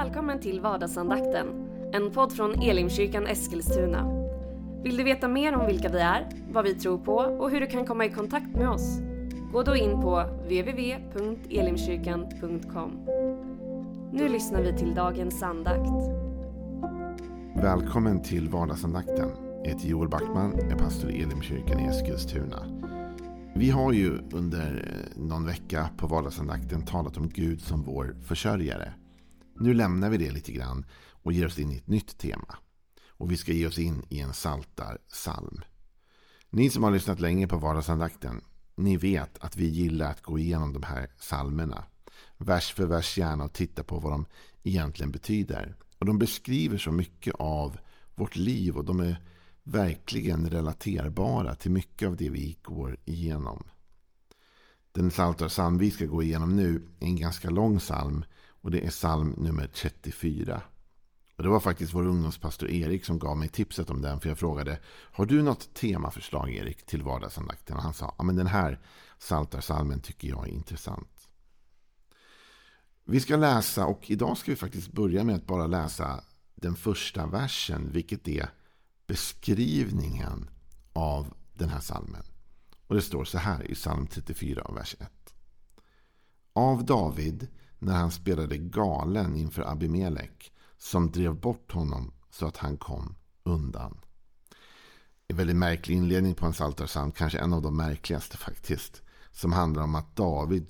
Välkommen till vardagsandakten, en podd från Elimkyrkan Eskilstuna. Vill du veta mer om vilka vi är, vad vi tror på och hur du kan komma i kontakt med oss? Gå då in på www.elimkyrkan.com. Nu lyssnar vi till dagens andakt. Välkommen till vardagsandakten. Jag heter Joel Backman, är pastor i Elimkyrkan i Eskilstuna. Vi har ju under någon vecka på vardagsandakten talat om Gud som vår försörjare. Nu lämnar vi det lite grann och ger oss in i ett nytt tema. Och vi ska ge oss in i en psalm. Ni som har lyssnat länge på vardagsandakten, ni vet att vi gillar att gå igenom de här psalmerna. Vers för vers gärna och titta på vad de egentligen betyder. Och de beskriver så mycket av vårt liv och de är verkligen relaterbara till mycket av det vi går igenom. Den psalm vi ska gå igenom nu är en ganska lång psalm och det är psalm nummer 34. Och det var faktiskt vår ungdomspastor Erik som gav mig tipset om den, för jag frågade: har du något temaförslag, Erik, till vardagsandakten? Och han sa: ja, men den här psalmen tycker jag är intressant. Vi ska läsa, och idag ska vi faktiskt börja med att bara läsa den första versen, vilket är beskrivningen av den här psalmen. Och det står så här i psalm 34 vers 1. Av David när han spelade galen inför Abimelek, som drev bort honom så att han kom undan. En väldigt märklig inledning på en psaltarpsalm, kanske en av de märkligaste faktiskt, som handlar om att David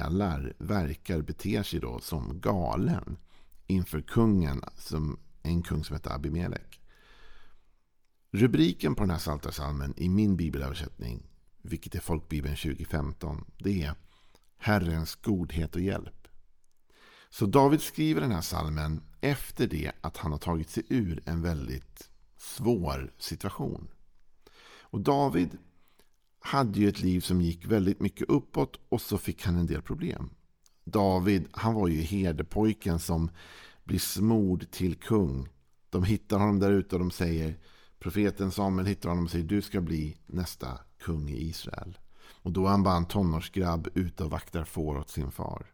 beter sig då som galen inför kungen, som en kung som heter Abimelek. Rubriken på den här psaltarpsalmen i min bibelöversättning, vilket är Folkbibeln 2015, det är Herrens godhet och hjälp. Så David skriver den här psalmen efter det att han har tagit sig ur en väldigt svår situation. Och David hade ju ett liv som gick väldigt mycket uppåt, och så fick han en del problem. David, han var ju herdepojken som blir smord till kung. De hittar honom där ute och de säger, profeten Samuel hittar honom och säger: du ska bli nästa kung i Israel. Och då är han bara en tonårsgrabb ute och vaktar får åt sin far.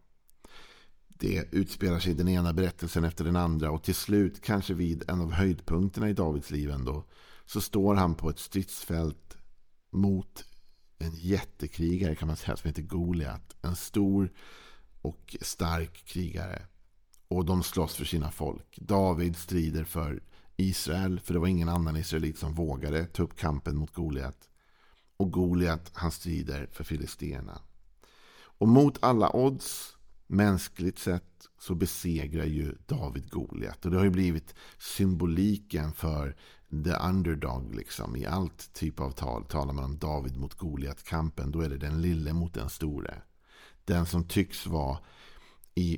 Det utspelar sig den ena berättelsen efter den andra, och till slut, kanske vid en av höjdpunkterna i Davids liv ändå, så står han på ett stridsfält mot en jättekrigare, kan man säga, som heter Goliat. En stor och stark krigare. Och de slåss för sina folk. David strider för Israel, för det var ingen annan israelit som vågade ta upp kampen mot Goliat. Och Goliat, han strider för filisterna. Och mot alla odds, mänskligt sett, så besegrar ju David Goliat. Och det har ju blivit symboliken för the underdog liksom. I allt typ av tal talar man om David mot Goliat-kampen. Då är det den lille mot den store. Den som tycks vara i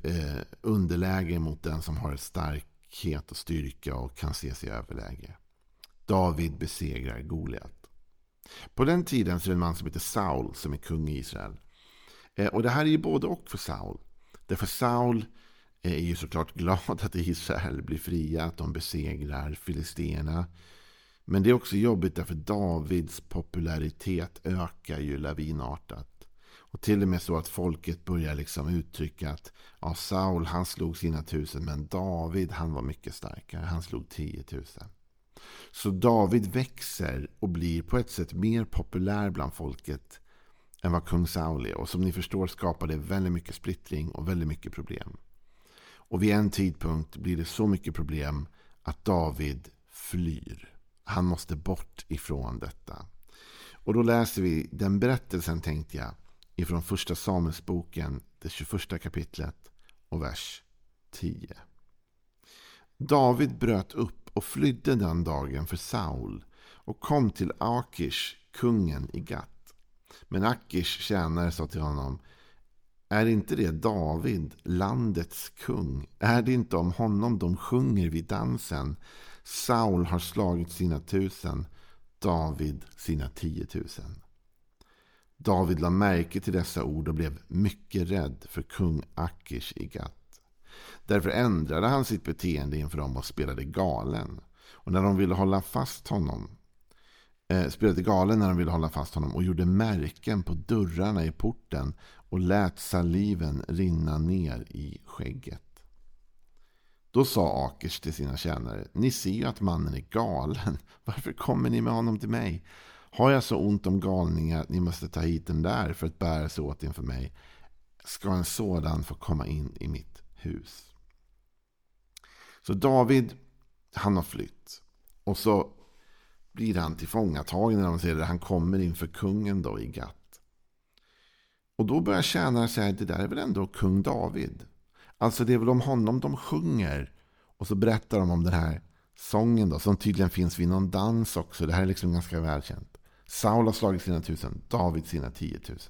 underläge mot den som har starkhet och styrka och kan se sig i överläge. David besegrar Goliat. På den tiden så är det en man som heter Saul som är kung i Israel. Och det här är ju både och för Saul. Därför Saul är ju såklart glad att Israel blir fria, att de besegrar filisterna. Men det är också jobbigt därför Davids popularitet ökar ju lavinartat. Och till och med så att folket börjar liksom uttrycka att ja, Saul, han slog sina 1000, men David, han var mycket starkare. Han slog 10 000. Så David växer och blir på ett sätt mer populär bland folket än vad kung Saul är. Och som ni förstår skapar det väldigt mycket splittring och väldigt mycket problem. Och vid en tidpunkt blir det så mycket problem att David flyr. Han måste bort ifrån detta. Och då läser vi den berättelsen, tänkte jag, ifrån första Samuelsboken, det 21 kapitlet och vers 10. David bröt upp och flydde den dagen för Saul och kom till Akish, kungen i Gat. Men Akish tjänare sa till honom: är inte det David, landets kung? Är det inte om honom de sjunger vid dansen? Saul har slagit sina 1000, David sina 10 000. David la märke till dessa ord och blev mycket rädd för kung Akish i Gat. Därför ändrade han sitt beteende inför dem och spelade galen. Och när de ville hålla fast honom och gjorde märken på dörrarna i porten och lät saliven rinna ner i skägget. Då sa Akish till sina tjänare: ni ser ju att mannen är galen. Varför kommer ni med honom till mig? Har jag så ont om galningar att ni måste ta hit den där för att bära sig åt inför mig? Ska en sådan få komma in i mitt hus? Så David, han har flytt. Och så blir han tillfångatagen när de ser det. Han kommer inför kungen då i Gat. Och då börjar tjänarna säga att det där är väl ändå kung David. Alltså det är väl om honom de sjunger. Och så berättar de om den här sången då, som tydligen finns vid någon dans också. Det här är liksom ganska välkänt. Saul har slagit sina 1000, David sina 10 000.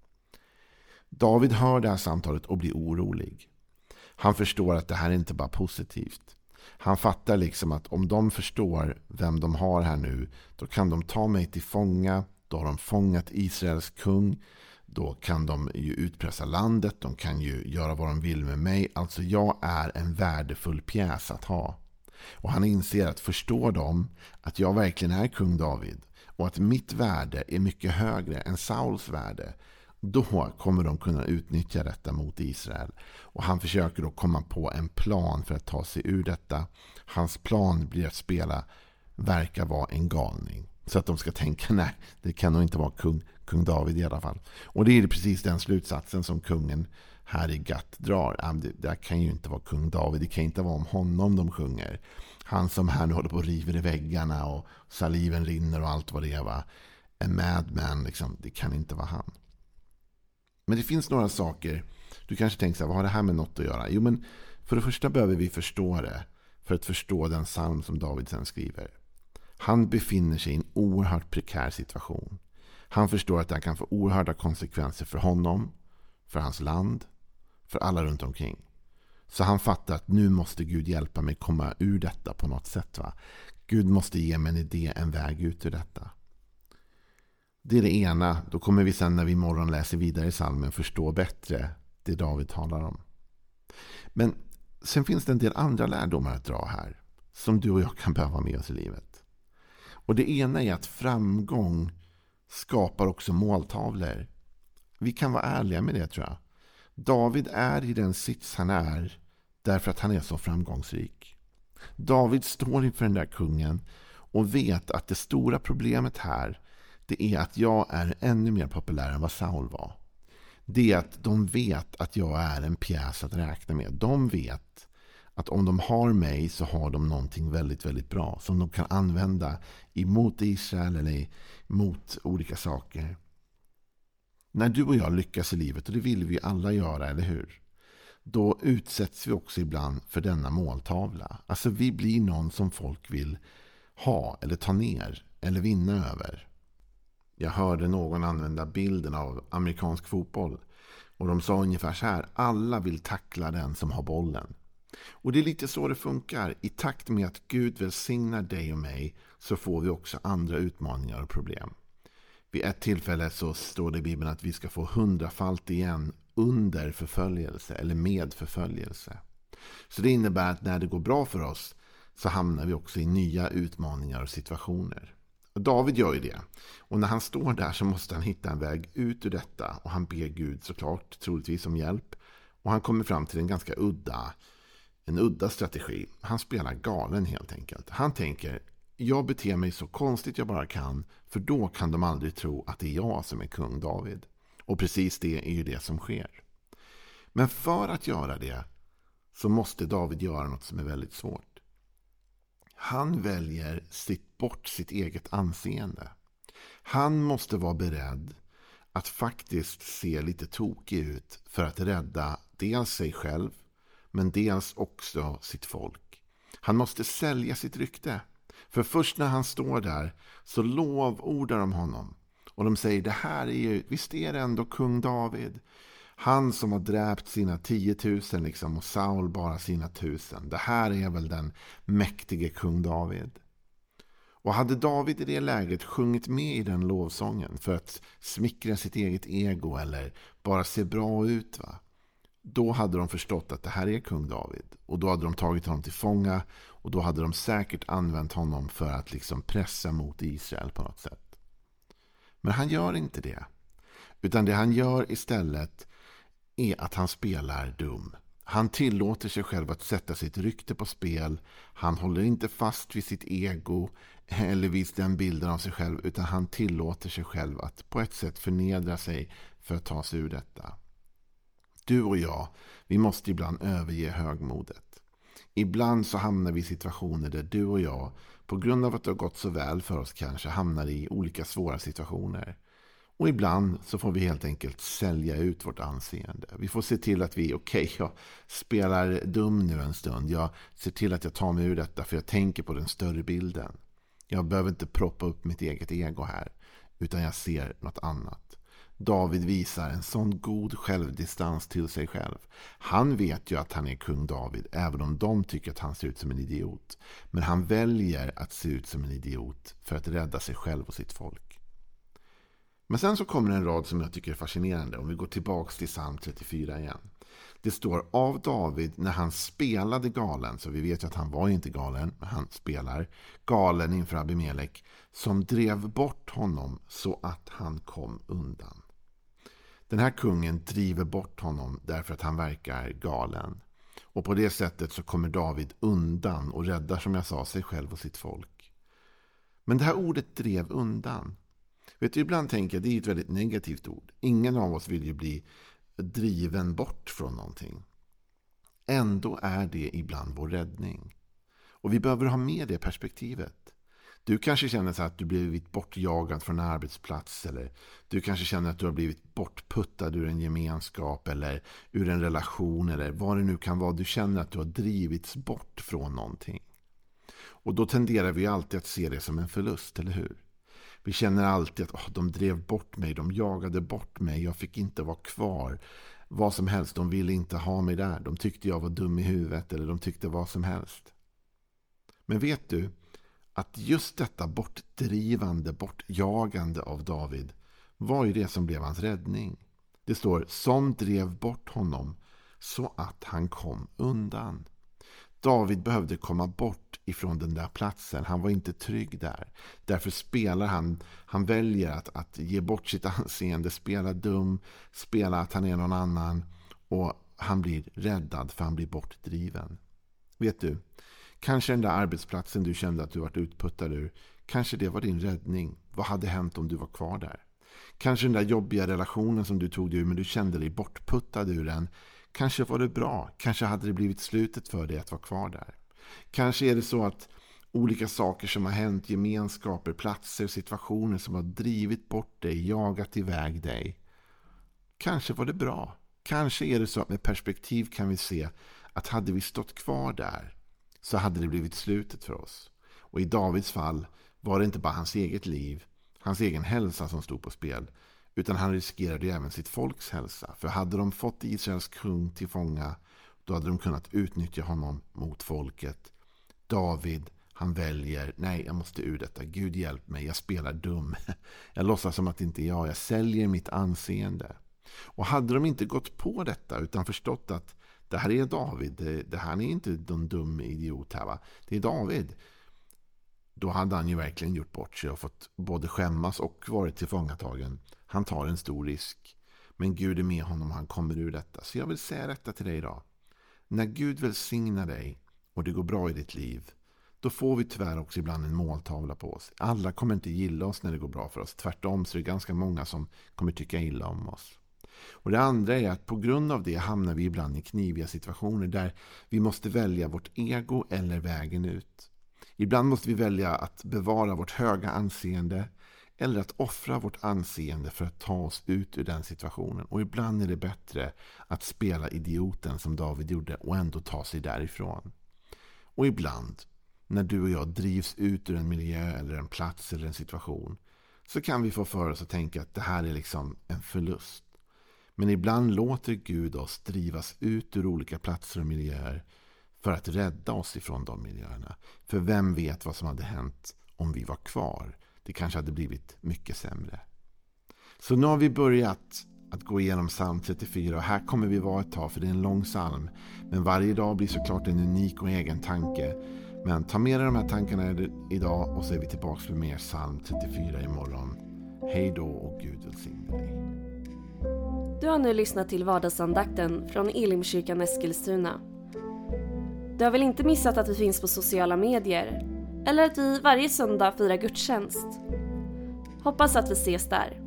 David hör det här samtalet och blir orolig. Han förstår att det här är inte bara positivt. Han fattar liksom att om de förstår vem de har här nu, då kan de ta mig till fånga. Då har de fångat Israels kung. Då kan de ju utpressa landet. De kan ju göra vad de vill med mig. Alltså jag är en värdefull pjäs att ha. Och han inser att förstår de att jag verkligen är kung David och att mitt värde är mycket högre än Sauls värde, då kommer de kunna utnyttja detta mot Israel. Och han försöker då komma på en plan för att ta sig ur detta. Hans plan blir att verkar vara en galning. Så att de ska tänka, nej, det kan nog inte vara kung David i alla fall. Och det är precis den slutsatsen som kungen här i Gat drar. Det kan ju inte vara kung David, det kan inte vara om honom de sjunger. Han som här nu håller på och river i väggarna och saliven rinner och allt vad det är, va? En madman, liksom, det kan inte vara han. Men det finns några saker. Du kanske tänker så här, vad har det här med något att göra? Jo, men för det första behöver vi förstå det för att förstå den psalm som David sen skriver. Han befinner sig i en oerhört prekär situation. Han förstår att det här kan få oerhörda konsekvenser för honom, för hans land, för alla runt omkring. Så han fattar att nu måste Gud hjälpa mig komma ur detta på något sätt. Va? Gud måste ge mig en idé, en väg ut ur detta. Det är det ena. Då kommer vi sen när vi imorgon läser vidare i psalmen förstå bättre det David talar om. Men sen finns det en del andra lärdomar att dra här som du och jag kan behöva med oss i livet. Och det ena är att framgång skapar också måltavlor. Vi kan vara ärliga med det, tror jag. David är i den sits han är därför att han är så framgångsrik. David står inför den där kungen och vet att det stora problemet här, det är att jag är ännu mer populär än vad Saul var. Det är att de vet att jag är en pjäs att räkna med. De vet att om de har mig så har de någonting väldigt, väldigt bra som de kan använda emot Israel eller mot olika saker. När du och jag lyckas i livet, och det vill vi alla göra, eller hur? Då utsätts vi också ibland för denna måltavla. Alltså vi blir någon som folk vill ha eller ta ner eller vinna över. Jag hörde någon använda bilden av amerikansk fotboll och de sa ungefär så här: alla vill tackla den som har bollen. Och det är lite så det funkar. I takt med att Gud välsignar dig och mig så får vi också andra utmaningar och problem. Vid ett tillfälle så står det i Bibeln att vi ska få 100-falt igen under förföljelse eller med förföljelse. Så det innebär att när det går bra för oss så hamnar vi också i nya utmaningar och situationer. Och David gör ju det. Och när han står där så måste han hitta en väg ut ur detta. Och han ber Gud såklart, troligtvis om hjälp. Och han kommer fram till en ganska udda strategi. Han spelar galen helt enkelt. Han tänker, jag beter mig så konstigt jag bara kan, för då kan de aldrig tro att det är jag som är kung David. Och precis det är ju det som sker. Men för att göra det så måste David göra något som är väldigt svårt. Han väljer bort sitt eget anseende. Han måste vara beredd att faktiskt se lite tokig ut för att rädda dels sig själv men dels också sitt folk. Han måste sälja sitt rykte. För först när han står där så lovordar de honom. Och de säger, det här är ju, visst är det ändå kung David. Han som har dräpt sina 10 000 liksom, och Saul bara sina 1000. Det här är väl den mäktige kung David. Och hade David i det läget sjungit med i den lovsången för att smickra sitt eget ego eller bara se bra ut, va? Då hade de förstått att det här är kung David. Och då hade de tagit honom till fånga. Och då hade de säkert använt honom för att liksom pressa mot Israel på något sätt. Men han gör inte det. Utan det han gör istället är att han spelar dum. Han tillåter sig själv att sätta sitt rykte på spel. Han håller inte fast vid sitt ego eller vid den bilden av sig själv, utan han tillåter sig själv att på ett sätt förnedra sig för att ta sig ur detta. Du och jag, vi måste ibland överge högmodet. Ibland så hamnar vi i situationer där du och jag, på grund av att det har gått så väl för oss, kanske hamnar i olika svåra situationer. Och ibland så får vi helt enkelt sälja ut vårt anseende. Vi får se till att jag spelar dum nu en stund. Jag ser till att jag tar mig ur detta, för jag tänker på den större bilden. Jag behöver inte proppa upp mitt eget ego här, utan jag ser något annat. David visar en sån god självdistans till sig själv. Han vet ju att han är kung David, även om de tycker att han ser ut som en idiot. Men han väljer att se ut som en idiot för att rädda sig själv och sitt folk. Men sen så kommer en rad som jag tycker är fascinerande. Om vi går tillbaka till psalm 34 igen. Det står av David när han spelade galen, så vi vet ju att han var inte galen, men han spelar galen inför Abimelek, som drev bort honom så att han kom undan. Den här kungen driver bort honom därför att han verkar galen. Och på det sättet så kommer David undan och räddar, som jag sa, sig själv och sitt folk. Men det här ordet drev undan. Vet du, ibland tänker jag det är ett väldigt negativt ord. Ingen av oss vill ju bli driven bort från någonting. Ändå är det ibland vår räddning. Och vi behöver ha med det perspektivet. Du kanske känner så att du blivit bortjagad från en arbetsplats, eller du kanske känner att du har blivit bortputtad ur en gemenskap eller ur en relation, eller vad det nu kan vara. Du känner att du har drivits bort från någonting. Och då tenderar vi alltid att se det som en förlust, eller hur? Vi känner alltid att de drev bort mig, de jagade bort mig, jag fick inte vara kvar. Vad som helst, de ville inte ha mig där. De tyckte jag var dum i huvudet, eller de tyckte vad som helst. Men vet du att just detta bortdrivande, bortjagande av David var ju det som blev hans räddning. Det står som drev bort honom så att han kom undan. David behövde komma bort ifrån den där platsen. Han var inte trygg där. Därför spelar han väljer att ge bort sitt anseende, spela dum, spela att han är någon annan, och han blir räddad för han blir bortdriven. Vet du, kanske den där arbetsplatsen du kände att du varit utputtad ur, kanske det var din räddning. Vad hade hänt om du var kvar där? Kanske den där jobbiga relationen som du tog dig ur, men du kände dig bortputtad ur den. Kanske var det bra. Kanske hade det blivit slutet för dig att vara kvar där. Kanske är det så att olika saker som har hänt, gemenskaper, platser, situationer som har drivit bort dig, jagat iväg dig. Kanske var det bra. Kanske är det så att med perspektiv kan vi se att hade vi stått kvar där så hade det blivit slutet för oss. Och i Davids fall var det inte bara hans eget liv, hans egen hälsa som stod på spel, utan han riskerade även sitt folks hälsa. För hade de fått Israels kung till fånga, då hade de kunnat utnyttja honom mot folket. David, han väljer, nej, jag måste ur detta. Gud hjälp mig, jag spelar dum. Jag låtsas som att det inte är jag säljer mitt anseende. Och hade de inte gått på detta utan förstått att det här är David, det här är inte någon dum idiot här, va? Det är David. Då hade han ju verkligen gjort bort sig och fått både skämmas och varit tillfångatagen. Han tar en stor risk. Men Gud är med honom och han kommer ur detta. Så jag vill säga detta till dig idag. När Gud välsignar dig och det går bra i ditt liv, då får vi tyvärr också ibland en måltavla på oss. Alla kommer inte gilla oss när det går bra för oss. Tvärtom så är det ganska många som kommer tycka illa om oss. Och det andra är att på grund av det hamnar vi ibland i kniviga situationer där vi måste välja vårt ego eller vägen ut. Ibland måste vi välja att bevara vårt höga anseende eller att offra vårt anseende för att ta oss ut ur den situationen. Och ibland är det bättre att spela idioten som David gjorde och ändå ta sig därifrån. Och ibland, när du och jag drivs ut ur en miljö eller en plats eller en situation, så kan vi få för oss att tänka att det här är liksom en förlust. Men ibland låter Gud oss drivas ut ur olika platser och miljöer för att rädda oss ifrån de miljöerna. För vem vet vad som hade hänt om vi var kvar? Det kanske hade blivit mycket sämre. Så nu har vi börjat att gå igenom psalm 34 och här kommer vi vara ett tag, för det är en lång psalm. Men varje dag blir såklart en unik och egen tanke. Men ta med dig de här tankarna idag och så är vi tillbaka med mer psalm 34 imorgon. Hej då och Gud välsigne dig. Du har nu lyssnat till vardagsandakten från Elimkyrkan Eskilstuna. Du har väl inte missat att vi finns på sociala medier? Eller att vi varje söndag firar gudstjänst? Hoppas att vi ses där.